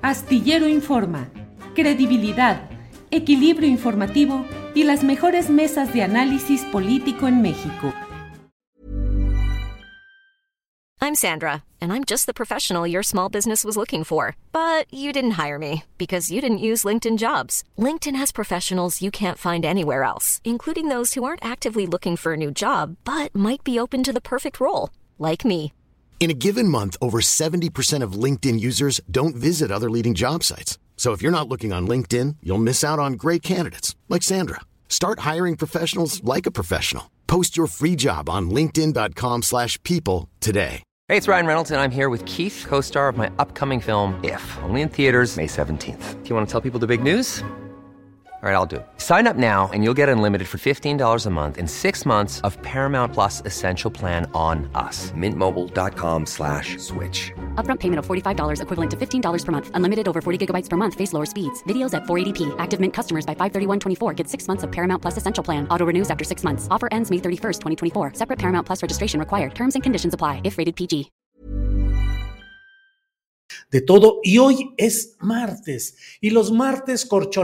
Astillero Informa, credibilidad, equilibrio informativo y las mejores mesas de análisis político en México. I'm Sandra, and I'm just the professional your small business was looking for. But you didn't hire me because you didn't use LinkedIn Jobs. LinkedIn has professionals you can't find anywhere else, including those who aren't actively looking for a new job, but might be open to the perfect role, like me. In a given month, over 70% of LinkedIn users don't visit other leading job sites. So if you're not looking on LinkedIn, you'll miss out on great candidates like Sandra. Start hiring professionals like a professional. Post your free job on linkedin.com/people today. Hey, it's Ryan Reynolds, and I'm here with Keith, co-star of my upcoming film, If, only in theaters May 17th. Do you want to tell people the big news? All right, I'll do it. Sign up now and you'll get unlimited for $15 a month and 6 months of Paramount Plus Essential Plan on us. MintMobile.com/switch. Upfront payment of $45 equivalent to $15 per month. Unlimited over 40 gigabytes per month. Face lower speeds. Videos at 480p. Active Mint customers by 531.24 get 6 months of Paramount Plus Essential Plan. Auto renews after 6 months. Offer ends May 31st, 2024. Separate Paramount Plus registration required. Terms and conditions apply if rated PG. De todo, y hoy es martes, y los martes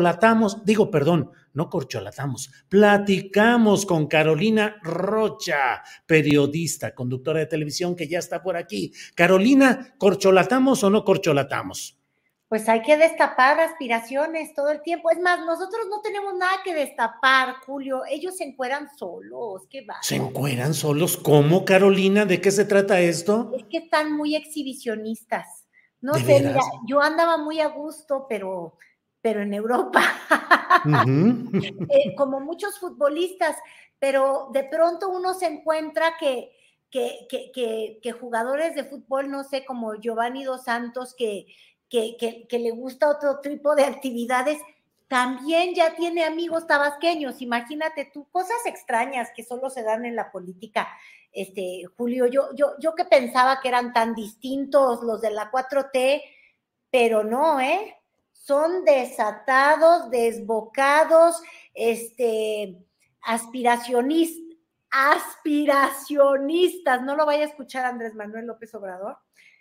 platicamos con Carolina Rocha, periodista, conductora de televisión que ya está por aquí. Carolina, ¿corcholatamos o no corcholatamos? Pues hay que destapar aspiraciones todo el tiempo. Es más, nosotros no tenemos nada que destapar, Julio. Ellos se encueran solos. ¿Qué va? ¿Se encueran solos? ¿Cómo, Carolina? ¿De qué se trata esto? Es que están muy exhibicionistas. No ¿De sé, veras? mira, yo andaba muy a gusto, pero en Europa, como muchos futbolistas, pero de pronto uno se encuentra que jugadores de fútbol, no sé, como Giovanni Dos Santos, que le gusta otro tipo de actividades, también ya tiene amigos tabasqueños. Imagínate tú, cosas extrañas que solo se dan en la política. Julio, yo que pensaba que eran tan distintos los de la 4T, pero no, son desatados, desbocados, aspiracionistas, no lo vaya a escuchar Andrés Manuel López Obrador,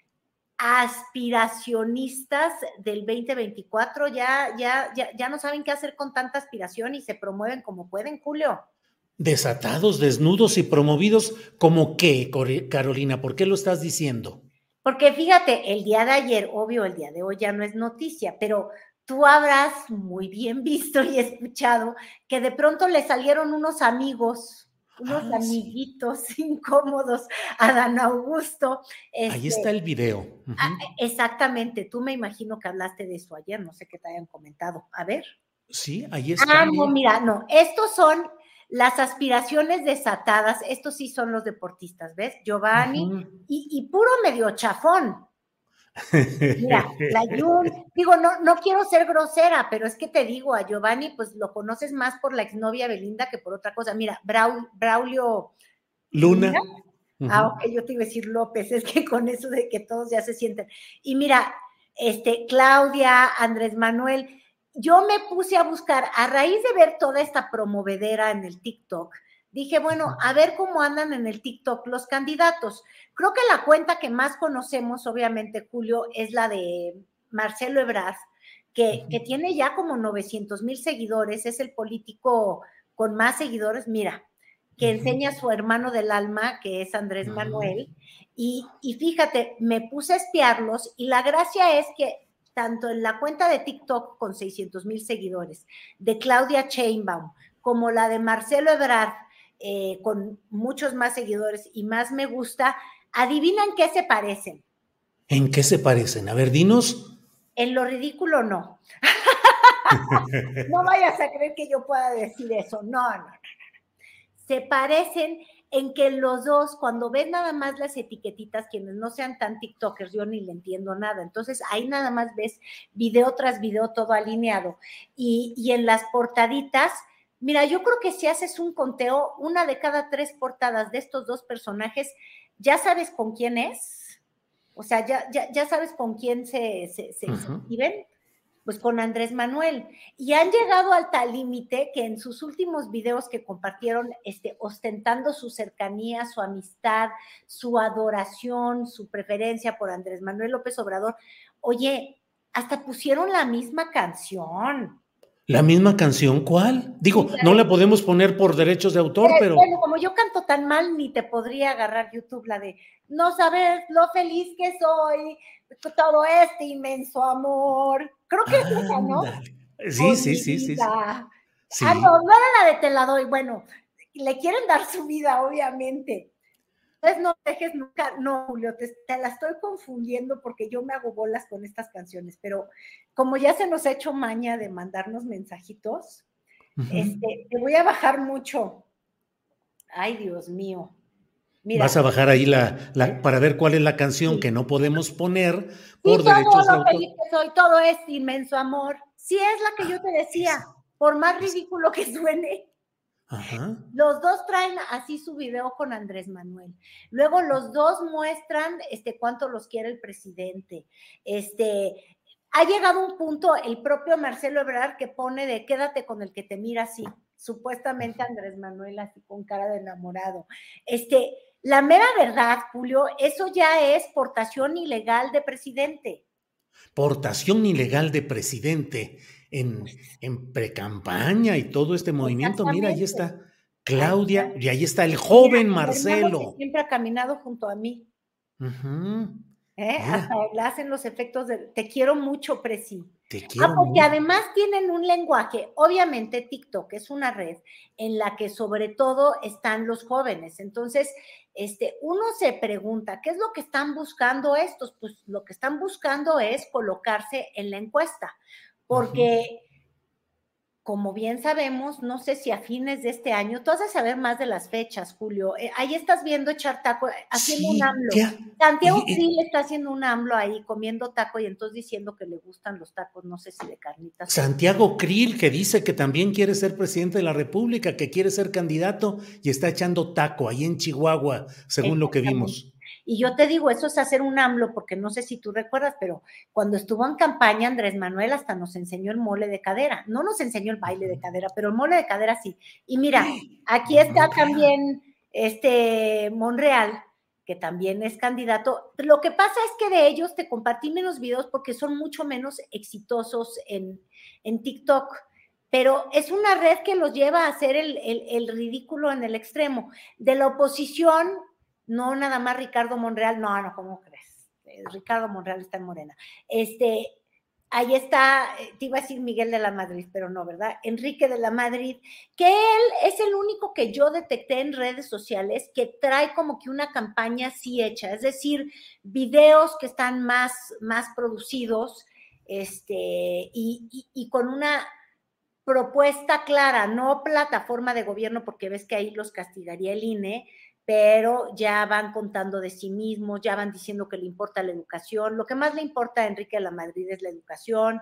aspiracionistas del 2024, ya no saben qué hacer con tanta aspiración y se promueven como pueden, Julio. Desatados, desnudos y promovidos, ¿cómo qué, Carolina? ¿Por qué lo estás diciendo? Porque fíjate, el día de ayer, obvio, el día de hoy ya no es noticia, pero tú habrás muy bien visto y escuchado que de pronto le salieron unos amigos, amiguitos sí, incómodos a Dan Augusto. Ahí está el video. Exactamente, tú me imagino que hablaste de eso ayer, no sé qué te hayan comentado. A ver. Sí, ahí está. No, mira, no, estos son las aspiraciones desatadas, estos sí son los deportistas, ¿ves? Giovanni, y puro medio chafón. Mira, la Jun, digo, no quiero ser grosera, pero es que te digo, a Giovanni, pues lo conoces más por la exnovia Belinda que por otra cosa. Mira, Braulio Luna. Ok, yo te iba a decir López, es que con eso de que todos ya se sienten. Y mira, Claudia, Andrés Manuel, yo me puse a buscar, a raíz de ver toda esta promovedera en el TikTok, dije, bueno, a ver cómo andan en el TikTok los candidatos. Creo que la cuenta que más conocemos, obviamente, Julio, es la de Marcelo Ebrard, que tiene ya como 900,000 seguidores, es el político con más seguidores, mira, que enseña a su hermano del alma, que es Andrés Manuel, y fíjate, me puse a espiarlos, y la gracia es que tanto en la cuenta de TikTok con 600,000 seguidores, de Claudia Sheinbaum, como la de Marcelo Ebrard, con muchos más seguidores y más me gusta, ¿adivinan qué se parecen? ¿En qué se parecen? A ver, dinos. En lo ridículo, no. No vayas a creer que yo pueda decir eso, no. Se parecen en que los dos, cuando ves nada más las etiquetitas, quienes no sean tan tiktokers, yo ni le entiendo nada, entonces ahí nada más ves video tras video todo alineado, y en las portaditas, mira, yo creo que si haces un conteo, 1 de cada 3 portadas de estos dos personajes, ya sabes con quién es, o sea, ya sabes con quién se escriben. Pues con Andrés Manuel, y han llegado al tal límite que en sus últimos videos que compartieron, ostentando su cercanía, su amistad, su adoración, su preferencia por Andrés Manuel López Obrador, oye, hasta pusieron la misma canción. ¿La misma canción? ¿Cuál? Digo, no la podemos poner por derechos de autor, pero... Bueno, como yo canto tan mal, ni te podría agarrar YouTube la de no sabes lo feliz que soy, todo este inmenso amor. Creo que es esa, ¿no? Sí. Sí. No era la de Te la doy. Bueno, le quieren dar su vida, obviamente. Entonces no dejes nunca, no, Julio, te la estoy confundiendo porque yo me hago bolas con estas canciones, pero como ya se nos ha hecho maña de mandarnos mensajitos, te voy a bajar mucho. Ay, Dios mío. Mira, vas a bajar ahí para ver cuál es la canción que no podemos poner por derechos de autor. Feliz que soy, todo es inmenso amor. Sí es la que yo te decía, por más ridículo que suene. Ajá. Los dos traen así su video con Andrés Manuel. Luego los dos muestran cuánto los quiere el presidente. Ha llegado un punto el propio Marcelo Ebrard que pone de quédate con el que te mira así. Supuestamente Andrés Manuel así con cara de enamorado. La mera verdad, Julio, eso ya es portación ilegal de presidente. Portación ilegal de presidente en precampaña y todo este movimiento. Mira, ahí está Claudia y ahí está el joven Marcelo. Que siempre ha caminado junto a mí. Hasta le hacen los efectos de te quiero mucho, Presi. Te quiero porque mucho. Además tienen un lenguaje, obviamente TikTok es una red en la que sobre todo están los jóvenes. Entonces, uno se pregunta, ¿qué es lo que están buscando estos? Pues lo que están buscando es colocarse en la encuesta, porque como bien sabemos, no sé si a fines de este año, tú has de saber más de las fechas, Julio. Ahí estás viendo echar taco, haciendo un AMLO. Santiago Krill está haciendo un AMLO ahí, comiendo taco y entonces diciendo que le gustan los tacos, no sé si de carnitas. Santiago Krill, que dice que también quiere ser presidente de la República, que quiere ser candidato y está echando taco ahí en Chihuahua, según lo que vimos. Y yo te digo, eso es hacer un AMLO, porque no sé si tú recuerdas, pero cuando estuvo en campaña, Andrés Manuel hasta nos enseñó el mole de cadera. No nos enseñó el baile de cadera, pero el mole de cadera sí. Y mira, aquí está también Monreal, que también es candidato. Lo que pasa es que de ellos te compartí menos videos porque son mucho menos exitosos en TikTok. Pero es una red que los lleva a hacer el ridículo en el extremo. De la oposición... No, nada más Ricardo Monreal, no, ¿cómo crees? Ricardo Monreal está en Morena. Ahí está, te iba a decir Miguel de la Madrid, pero no, ¿verdad? Enrique de la Madrid, que él es el único que yo detecté en redes sociales que trae como que una campaña así hecha, es decir, videos que están más producidos, y con una propuesta clara, no plataforma de gobierno, porque ves que ahí los castigaría el INE, pero ya van contando de sí mismos, ya van diciendo que le importa la educación. Lo que más le importa a Enrique de la Madrid es la educación.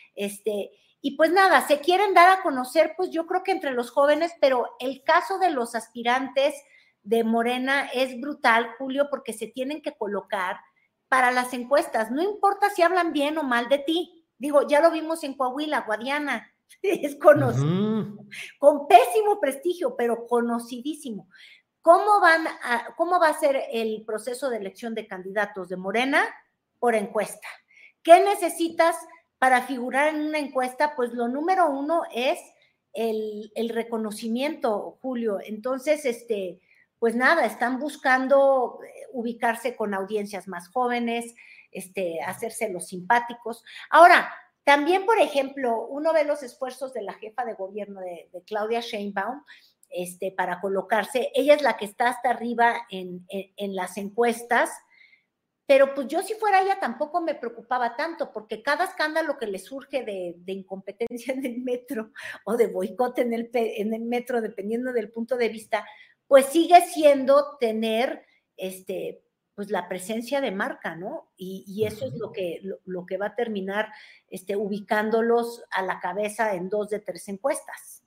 Y pues nada, se quieren dar a conocer, pues yo creo que entre los jóvenes, pero el caso de los aspirantes de Morena es brutal, Julio, porque se tienen que colocar para las encuestas. No importa si hablan bien o mal de ti. Digo, ya lo vimos en Coahuila, Guadiana, es conocido, con pésimo prestigio, pero conocidísimo. ¿Cómo va a ser el proceso de elección de candidatos de Morena? Por encuesta. ¿Qué necesitas para figurar en una encuesta? Pues lo número uno es el reconocimiento, Julio. Entonces, pues nada, están buscando ubicarse con audiencias más jóvenes, hacerse los simpáticos. Ahora, también, por ejemplo, uno ve los esfuerzos de la jefa de gobierno de Claudia Sheinbaum, para colocarse. Ella es la que está hasta arriba en las encuestas, pero pues yo si fuera ella tampoco me preocupaba tanto, porque cada escándalo que le surge de incompetencia en el metro o de boicot en el metro, dependiendo del punto de vista, pues sigue siendo tener pues la presencia de marca, ¿no? Y eso es lo que va a terminar ubicándolos a la cabeza en 2 de 3 encuestas.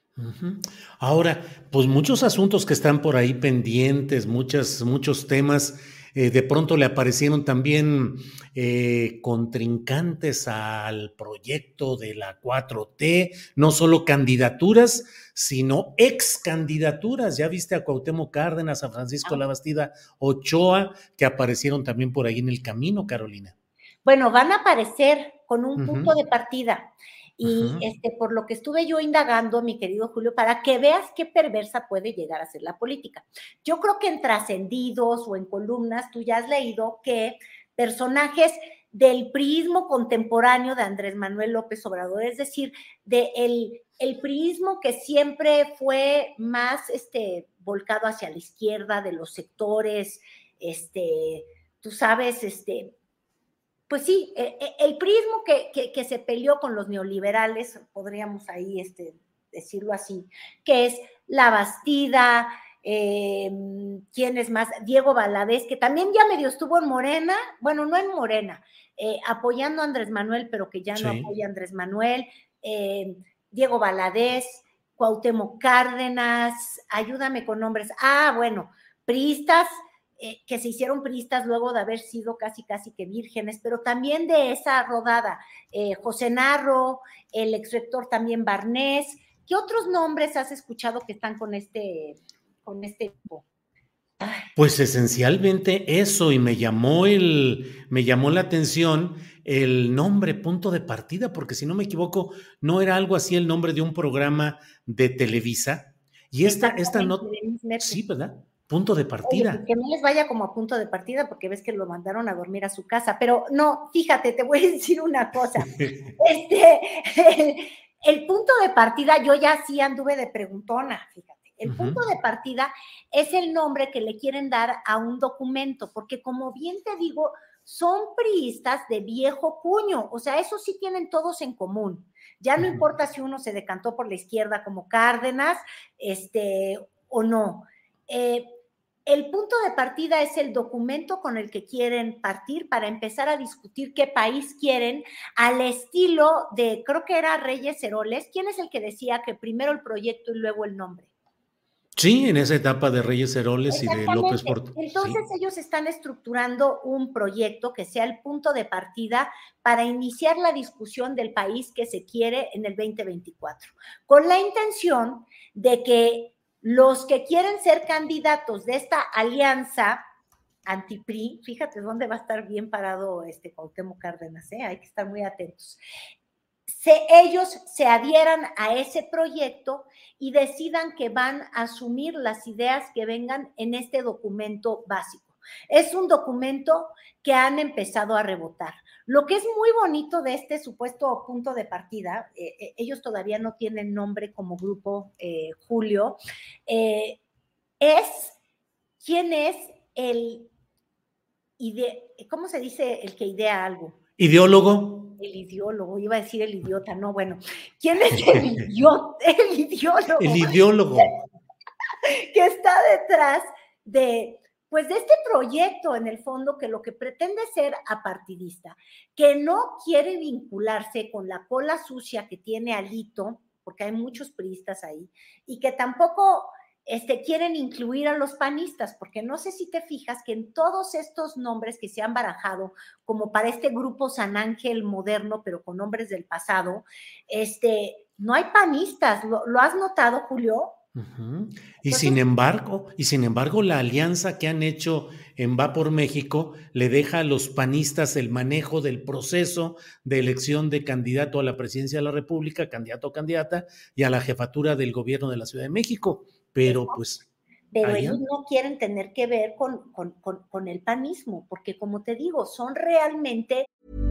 Ahora, pues muchos asuntos que están por ahí pendientes, muchos temas, de pronto le aparecieron también contrincantes al proyecto de la 4T, no solo candidaturas, sino excandidaturas. Ya viste a Cuauhtémoc Cárdenas, a Francisco Labastida Ochoa, que aparecieron también por ahí en el camino, Carolina. Bueno, van a aparecer con un punto de partida. Y por lo que estuve yo indagando, mi querido Julio, para que veas qué perversa puede llegar a ser la política. Yo creo que en Trascendidos o en columnas tú ya has leído que personajes del priismo contemporáneo de Andrés Manuel López Obrador, es decir, el priismo que siempre fue más volcado hacia la izquierda, de los sectores, tú sabes, pues sí, el priismo que se peleó con los neoliberales, podríamos ahí decirlo así, que es La Bastida, ¿quién es más? Diego Valadez, que también ya medio estuvo en Morena, bueno, no en Morena, apoyando a Andrés Manuel, pero que ya no apoya a Andrés Manuel, Diego Valadez, Cuauhtémoc Cárdenas, ayúdame con nombres, bueno, priistas, que se hicieron priistas luego de haber sido casi que vírgenes, pero también de esa rodada, José Narro, el exrector también Barnés. ¿Qué otros nombres has escuchado que están con este grupo? Pues esencialmente eso, y me llamó la atención el nombre Punto de Partida, porque si no me equivoco, no era algo así el nombre de un programa de Televisa, y esta nota, sí, ¿verdad? Punto de Partida. Oye, que no les vaya como a Punto de Partida, porque ves que lo mandaron a dormir a su casa, pero no, fíjate, te voy a decir una cosa. El Punto de Partida, yo ya sí anduve de preguntona, fíjate. El punto de partida es el nombre que le quieren dar a un documento, porque como bien te digo, son priistas de viejo cuño, o sea, eso sí tienen todos en común. Ya no importa si uno se decantó por la izquierda como Cárdenas, o no. El punto de partida es el documento con el que quieren partir para empezar a discutir qué país quieren, al estilo de, creo que era Reyes Heroles. ¿Quién es el que decía que primero el proyecto y luego el nombre? Sí, en esa etapa de Reyes Heroles y de López Portillo. Entonces ellos están estructurando un proyecto que sea el punto de partida para iniciar la discusión del país que se quiere en el 2024, con la intención de que los que quieren ser candidatos de esta alianza anti-PRI, fíjate dónde va a estar bien parado Cuauhtémoc Cárdenas, hay que estar muy atentos. Ellos se adhieran a ese proyecto y decidan que van a asumir las ideas que vengan en este documento básico. Es un documento que han empezado a rebotar. Lo que es muy bonito de este supuesto punto de partida, ellos todavía no tienen nombre como grupo, Julio, es quién es ¿cómo se dice el que idea algo? Ideólogo. El ideólogo, iba a decir el idiota, no, bueno. ¿Quién es el ideólogo? El ideólogo. Que está detrás de este proyecto, en el fondo, que lo que pretende ser apartidista, que no quiere vincularse con la cola sucia que tiene Alito, porque hay muchos priistas ahí, y que tampoco quieren incluir a los panistas, porque no sé si te fijas que en todos estos nombres que se han barajado, como para este grupo San Ángel moderno, pero con nombres del pasado, no hay panistas. ¿Lo has notado, Julio? Y sin embargo, la alianza que han hecho en Va por México le deja a los panistas el manejo del proceso de elección de candidato a la presidencia de la República, candidato o candidata, y a la jefatura del gobierno de la Ciudad de México. Pero ellos no quieren tener que ver con el panismo, porque como te digo, son realmente...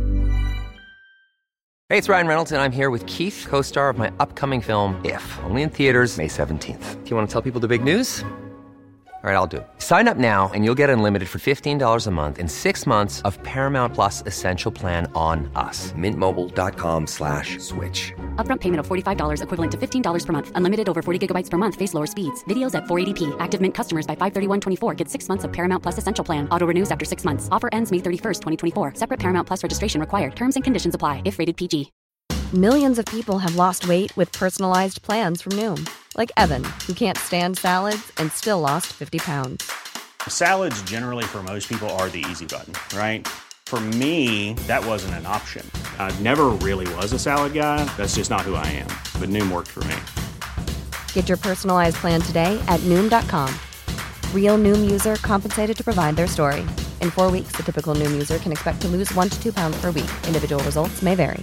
Hey, it's Ryan Reynolds, and I'm here with Keith, co-star of my upcoming film, If, only in theaters May 17th. Do you want to tell people the big news? All right, I'll do it. Sign up now and you'll get unlimited for $15 a month and 6 months of Paramount Plus Essential Plan on us. MintMobile.com/switch. Upfront payment of $45 equivalent to $15 per month. Unlimited over 40 gigabytes per month. Face lower speeds. Videos at 480p. Active Mint customers by 531.24 get 6 months of Paramount Plus Essential Plan. Auto renews after 6 months. Offer ends May 31st, 2024. Separate Paramount Plus registration required. Terms and conditions apply if rated PG. Millions of people have lost weight with personalized plans from Noom. Like Evan, who can't stand salads and still lost 50 pounds. Salads generally for most people are the easy button, right? For me, that wasn't an option. I never really was a salad guy. That's just not who I am. But Noom worked for me. Get your personalized plan today at Noom.com. Real Noom user compensated to provide their story. In 4 weeks, the typical Noom user can expect to lose 1 to 2 pounds per week. Individual results may vary.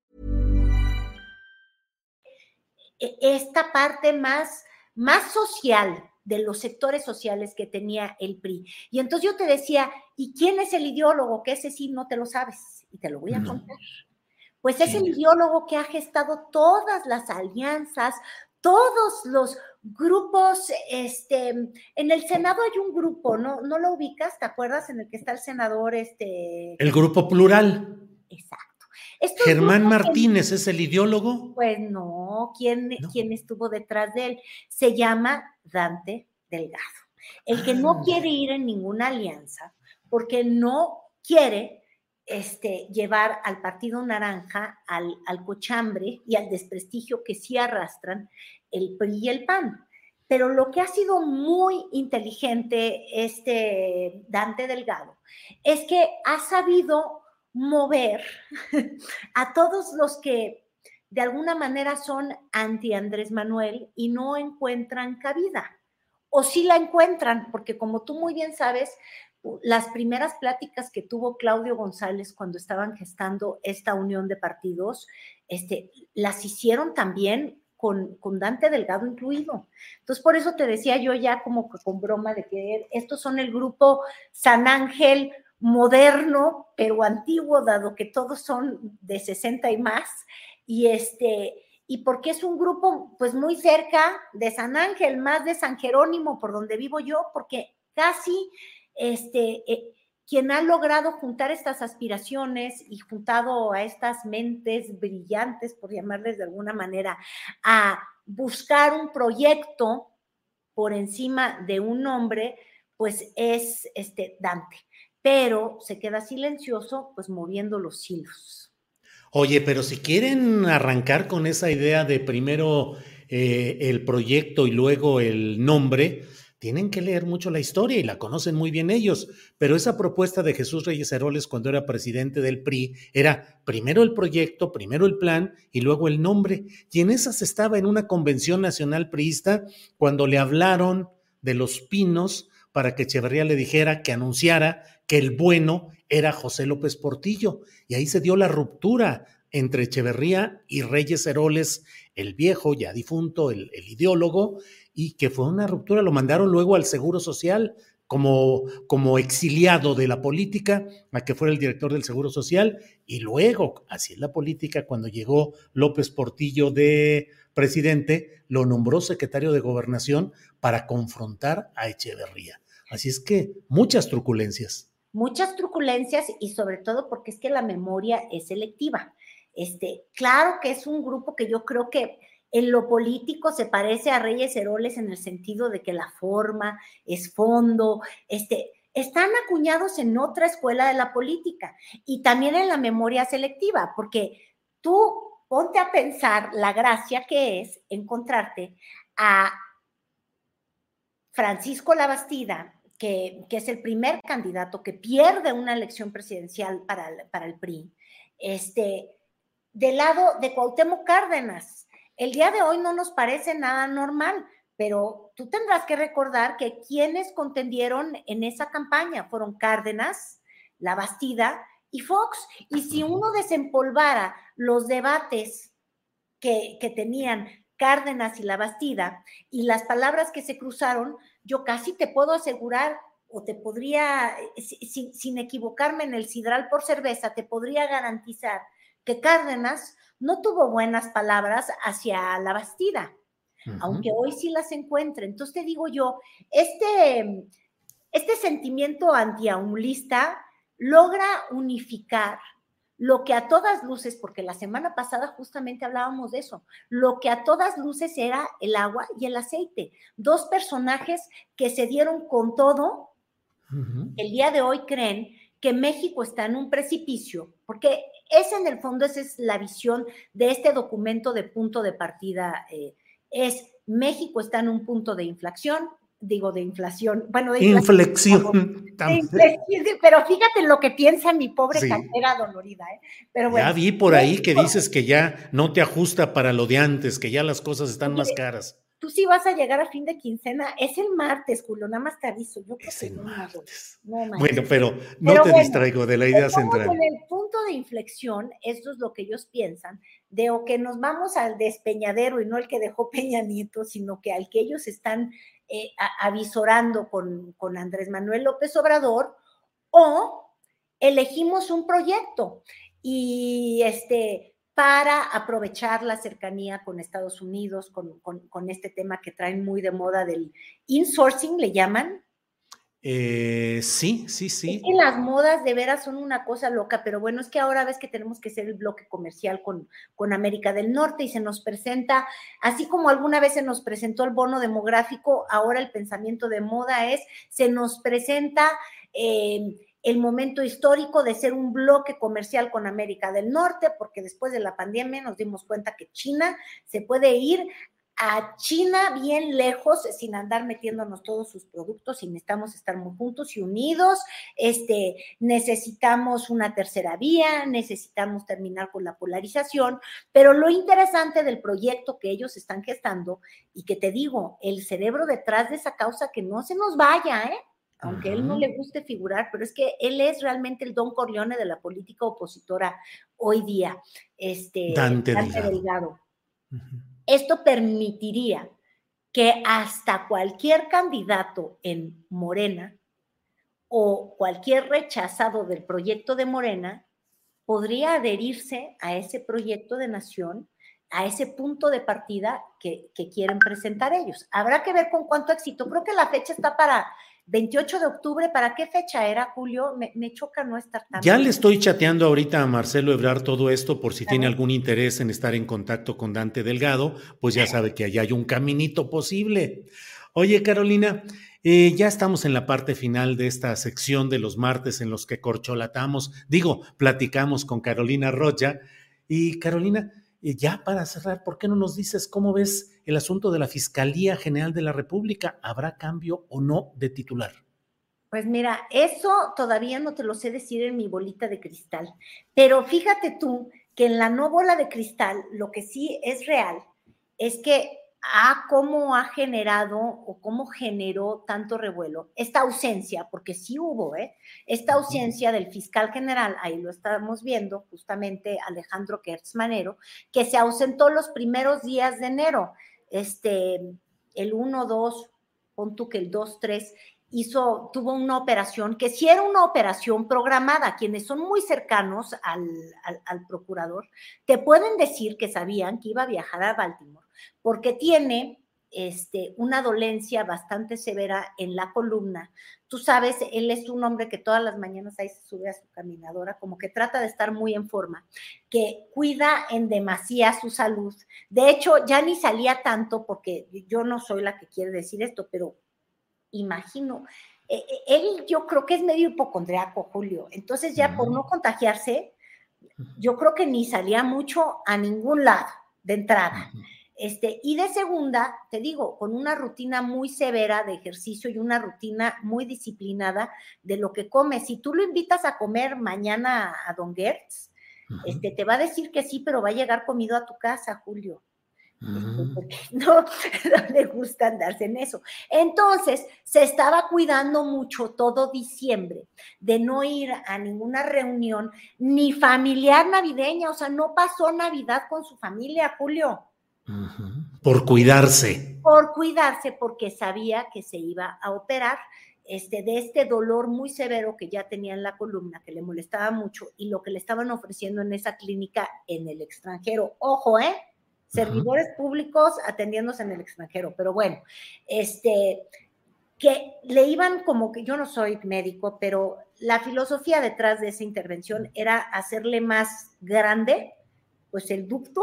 Esta parte más social de los sectores sociales que tenía el PRI. Y entonces yo te decía, ¿y quién es el ideólogo? Que ese sí no te lo sabes, y te lo voy a contar. Pues es el ideólogo que ha gestado todas las alianzas, todos los grupos, en el Senado hay un grupo, ¿no lo ubicas? ¿Te acuerdas? En el que está el senador, El Grupo Plural. Exacto. Germán Martínez es el ideólogo. Pues no, ¿quién estuvo detrás de él? Se llama Dante Delgado. El que no quiere ir en ninguna alianza, porque no quiere llevar al Partido Naranja al cochambre y al desprestigio que sí arrastran el PRI y el PAN. Pero lo que ha sido muy inteligente Dante Delgado es que ha sabido mover a todos los que de alguna manera son anti Andrés Manuel y no encuentran cabida. O sí la encuentran, porque como tú muy bien sabes, las primeras pláticas que tuvo Claudio González cuando estaban gestando esta unión de partidos, las hicieron también con Dante Delgado incluido. Entonces, por eso te decía yo ya como con broma de que estos son el grupo San Ángel moderno, pero antiguo, dado que todos son de 60 y más, y porque es un grupo pues muy cerca de San Ángel, más de San Jerónimo, por donde vivo yo, porque casi quien ha logrado juntar estas aspiraciones y juntado a estas mentes brillantes, por llamarles de alguna manera, a buscar un proyecto por encima de un nombre, pues es Dante. Pero se queda silencioso, pues moviendo los hilos. Oye, pero si quieren arrancar con esa idea de primero el proyecto y luego el nombre, tienen que leer mucho la historia y la conocen muy bien ellos, pero esa propuesta de Jesús Reyes Heroles cuando era presidente del PRI era primero el proyecto, primero el plan y luego el nombre, y en esas estaba en una convención nacional priista cuando le hablaron de Los Pinos para que Echeverría le dijera, que anunciara que el bueno era José López Portillo, y ahí se dio la ruptura entre Echeverría y Reyes Heroles, el viejo, ya difunto, el ideólogo, y que fue una ruptura, lo mandaron luego al Seguro Social como exiliado de la política, a que fuera el director del Seguro Social, y luego, así es la política, cuando llegó López Portillo de presidente, lo nombró secretario de Gobernación para confrontar a Echeverría. Así es que muchas truculencias. Muchas truculencias y sobre todo porque es que la memoria es selectiva. Claro que es un grupo que yo creo que en lo político se parece a Reyes Heroles en el sentido de que la forma es fondo, están acuñados en otra escuela de la política y también en la memoria selectiva, porque tú ponte a pensar la gracia que es encontrarte a Francisco Labastida, que es el primer candidato que pierde una elección presidencial para el PRI, del lado de Cuauhtémoc Cárdenas. El día de hoy no nos parece nada normal, pero tú tendrás que recordar que quienes contendieron en esa campaña fueron Cárdenas, Labastida y Fox. Y si uno desempolvara los debates que tenían Cárdenas y Labastida y las palabras que se cruzaron, yo casi te puedo asegurar, o te podría, sin equivocarme en el sidral por cerveza, te podría garantizar que Cárdenas no tuvo buenas palabras hacia Labastida, aunque hoy sí las encuentre. Entonces te digo yo, este sentimiento antiaumlista logra unificar lo que a todas luces, porque la semana pasada justamente hablábamos de eso, lo que a todas luces era el agua y el aceite. Dos personajes que se dieron con todo, el día de hoy creen que México está en un precipicio, porque en el fondo esa es la visión de este documento de punto de partida, es México está en un punto de inflación, bueno, de inflexión. Pero fíjate lo que piensa mi pobre cantera dolorida, Pero bueno, ya vi por ahí que dices que ya no te ajusta para lo de antes, que ya las cosas están más caras. tú sí vas a llegar a fin de quincena. Es el martes, Julio, nada más te aviso. Yo creo Es que el no, martes. no, Bueno, pero no pero te bueno, distraigo de la idea estamos central. en el punto de inflexión, esto es lo que ellos piensan, de o que nos vamos al despeñadero y no el que dejó Peña Nieto, sino que al que ellos están avisorando con Andrés Manuel López Obrador, o elegimos un proyecto y para aprovechar la cercanía con Estados Unidos, con este tema que traen muy de moda del insourcing, le llaman. Sí. Es que las modas de veras son una cosa loca, pero bueno, es que ahora ves que tenemos que ser el bloque comercial con América del Norte y se nos presenta, así como alguna vez se nos presentó el bono demográfico, ahora el pensamiento de moda se nos presenta el momento histórico de ser un bloque comercial con América del Norte, porque después de la pandemia nos dimos cuenta que China se puede ir a China bien lejos, sin andar metiéndonos todos sus productos, y necesitamos estar muy juntos y unidos, necesitamos una tercera vía, necesitamos terminar con la polarización, pero lo interesante del proyecto que ellos están gestando, y que te digo, el cerebro detrás de esa causa, que no se nos vaya, aunque a él no le guste figurar, pero es que él es realmente el Don Corleone de la política opositora hoy día, Dante Delgado. Esto permitiría que hasta cualquier candidato en Morena o cualquier rechazado del proyecto de Morena podría adherirse a ese proyecto de nación, a ese punto de partida que quieren presentar ellos. Habrá que ver con cuánto éxito. Creo que la fecha está para 28 de octubre. ¿Para qué fecha era, Julio? Me choca no estar tan... Ya le estoy chateando ahorita a Marcelo Ebrard todo esto por si tiene algún interés en estar en contacto con Dante Delgado, pues ya sabe que allá hay un caminito posible. Oye, Carolina, ya estamos en la parte final de esta sección de los martes en los que platicamos con Carolina Rocha. Y Carolina, ya para cerrar, ¿por qué no nos dices cómo ves el asunto de la Fiscalía General de la República? ¿Habrá cambio o no de titular? Pues mira, eso todavía no te lo sé decir en mi bolita de cristal, pero fíjate tú que en la no bola de cristal lo que sí es real es que cómo ha generado o cómo generó tanto revuelo esta ausencia, porque sí hubo, esta ausencia del fiscal general, ahí lo estamos viendo justamente, Alejandro Gertz Manero, que se ausentó los primeros días de enero, el 1, 2, pon tú que el 2, 3, tuvo una operación que sí era una operación programada. Quienes son muy cercanos al procurador te pueden decir que sabían que iba a viajar a Baltimore porque tiene una dolencia bastante severa en la columna. Tú sabes, él es un hombre que todas las mañanas ahí se sube a su caminadora, como que trata de estar muy en forma, que cuida en demasía su salud. De hecho, ya ni salía tanto, porque yo no soy la que quiere decir esto, pero imagino, él yo creo que es medio hipocondriaco, Julio, entonces ya por no contagiarse, yo creo que ni salía mucho a ningún lado de entrada. Y de segunda, te digo, con una rutina muy severa de ejercicio y una rutina muy disciplinada de lo que come. Si tú lo invitas a comer mañana a Don Gertz, te va a decir que sí, pero va a llegar comido a tu casa, Julio. Porque no le gusta andarse en eso. Entonces, se estaba cuidando mucho todo diciembre de no ir a ninguna reunión ni familiar navideña, o sea, no pasó Navidad con su familia, Julio. Por cuidarse. Por cuidarse, porque sabía que se iba a operar de este dolor muy severo que ya tenía en la columna, que le molestaba mucho, y lo que le estaban ofreciendo en esa clínica en el extranjero. Ojo, servidores públicos atendiéndose en el extranjero, pero bueno, que le iban como que, yo no soy médico, pero la filosofía detrás de esa intervención era hacerle más grande pues el ducto,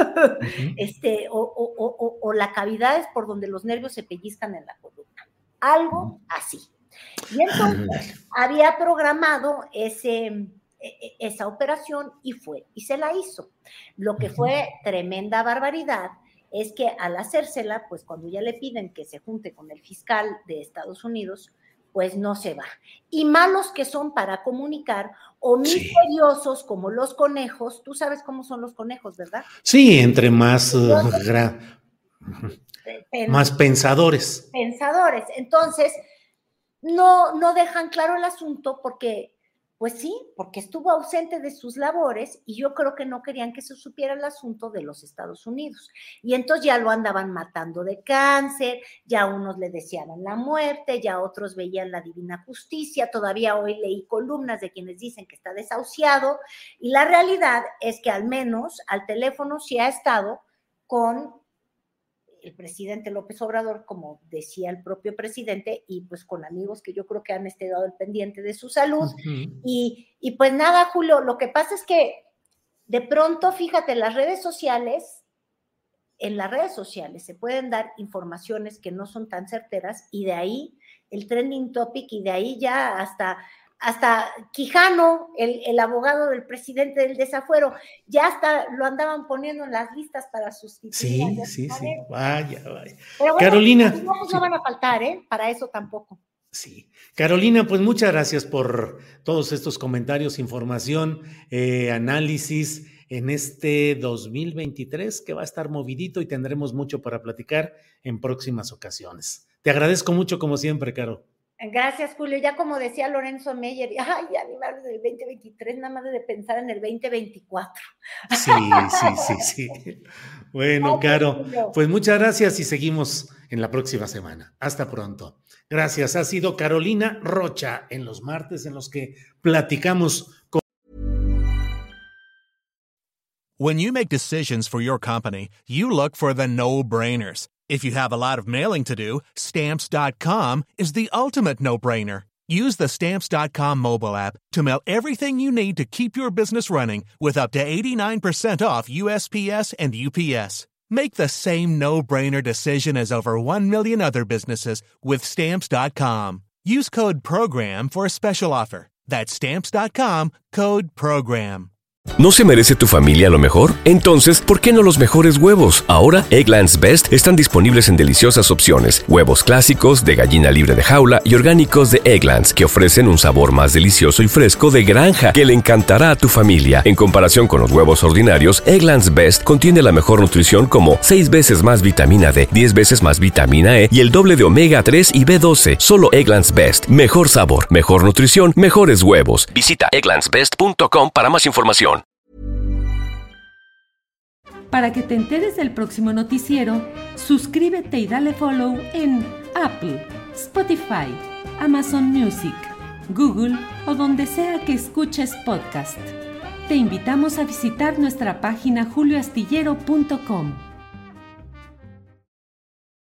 o la cavidad es por donde los nervios se pellizcan en la columna, algo así. Y entonces había programado esa operación y fue, y se la hizo. Lo que fue tremenda barbaridad es que al hacérsela, pues cuando ya le piden que se junte con el fiscal de Estados Unidos, pues no se va. Y malos que son para comunicar, o misteriosos como los conejos. Tú sabes cómo son los conejos, ¿verdad? Sí, entre más Más pensadores. Pensadores. Entonces, no dejan claro el asunto porque, pues sí, porque estuvo ausente de sus labores y yo creo que no querían que se supiera el asunto de los Estados Unidos. Y entonces ya lo andaban matando de cáncer, ya unos le deseaban la muerte, ya otros veían la divina justicia. Todavía hoy leí columnas de quienes dicen que está desahuciado y la realidad es que al menos al teléfono sí ha estado con el presidente López Obrador, como decía el propio presidente, y pues con amigos que yo creo que han estado al pendiente de su salud. Uh-huh. Y pues nada, Julio, lo que pasa es que de pronto, fíjate, en las redes sociales se pueden dar informaciones que no son tan certeras y de ahí el trending topic y de ahí ya hasta Quijano, el abogado del presidente del desafuero, ya hasta lo andaban poniendo en las listas para sustituir. Sí. Vaya. Pero bueno, Carolina. No van a faltar, para eso tampoco. Sí. Carolina, pues muchas gracias por todos estos comentarios, información, análisis en este 2023 que va a estar movidito y tendremos mucho para platicar en próximas ocasiones. Te agradezco mucho como siempre, Caro. Gracias, Julio. Ya como decía Lorenzo Meyer, ya ni me hables del 2023, nada más de pensar en el 2024. Sí. Bueno, Caro, pues muchas gracias y seguimos en la próxima semana. Hasta pronto. Gracias. Ha sido Carolina Rocha en los martes en los que platicamos con... When you make decisions for your company, you look for the no-brainers. If you have a lot of mailing to do, Stamps.com is the ultimate no-brainer. Use the Stamps.com mobile app to mail everything you need to keep your business running with up to 89% off USPS and UPS. Make the same no-brainer decision as over 1 million other businesses with Stamps.com. Use code PROGRAM for a special offer. That's Stamps.com, code PROGRAM. ¿No se merece tu familia lo mejor? Entonces, ¿por qué no los mejores huevos? Ahora, Eggland's Best están disponibles en deliciosas opciones. Huevos clásicos, de gallina libre de jaula y orgánicos de Eggland's, que ofrecen un sabor más delicioso y fresco de granja que le encantará a tu familia. En comparación con los huevos ordinarios, Eggland's Best contiene la mejor nutrición como 6 veces más vitamina D, 10 veces más vitamina E y el doble de omega 3 y B12. Solo Eggland's Best. Mejor sabor, mejor nutrición, mejores huevos. Visita egglandsbest.com para más información. Para que te enteres del próximo noticiero, suscríbete y dale follow en Apple, Spotify, Amazon Music, Google o donde sea que escuches podcast. Te invitamos a visitar nuestra página julioastillero.com.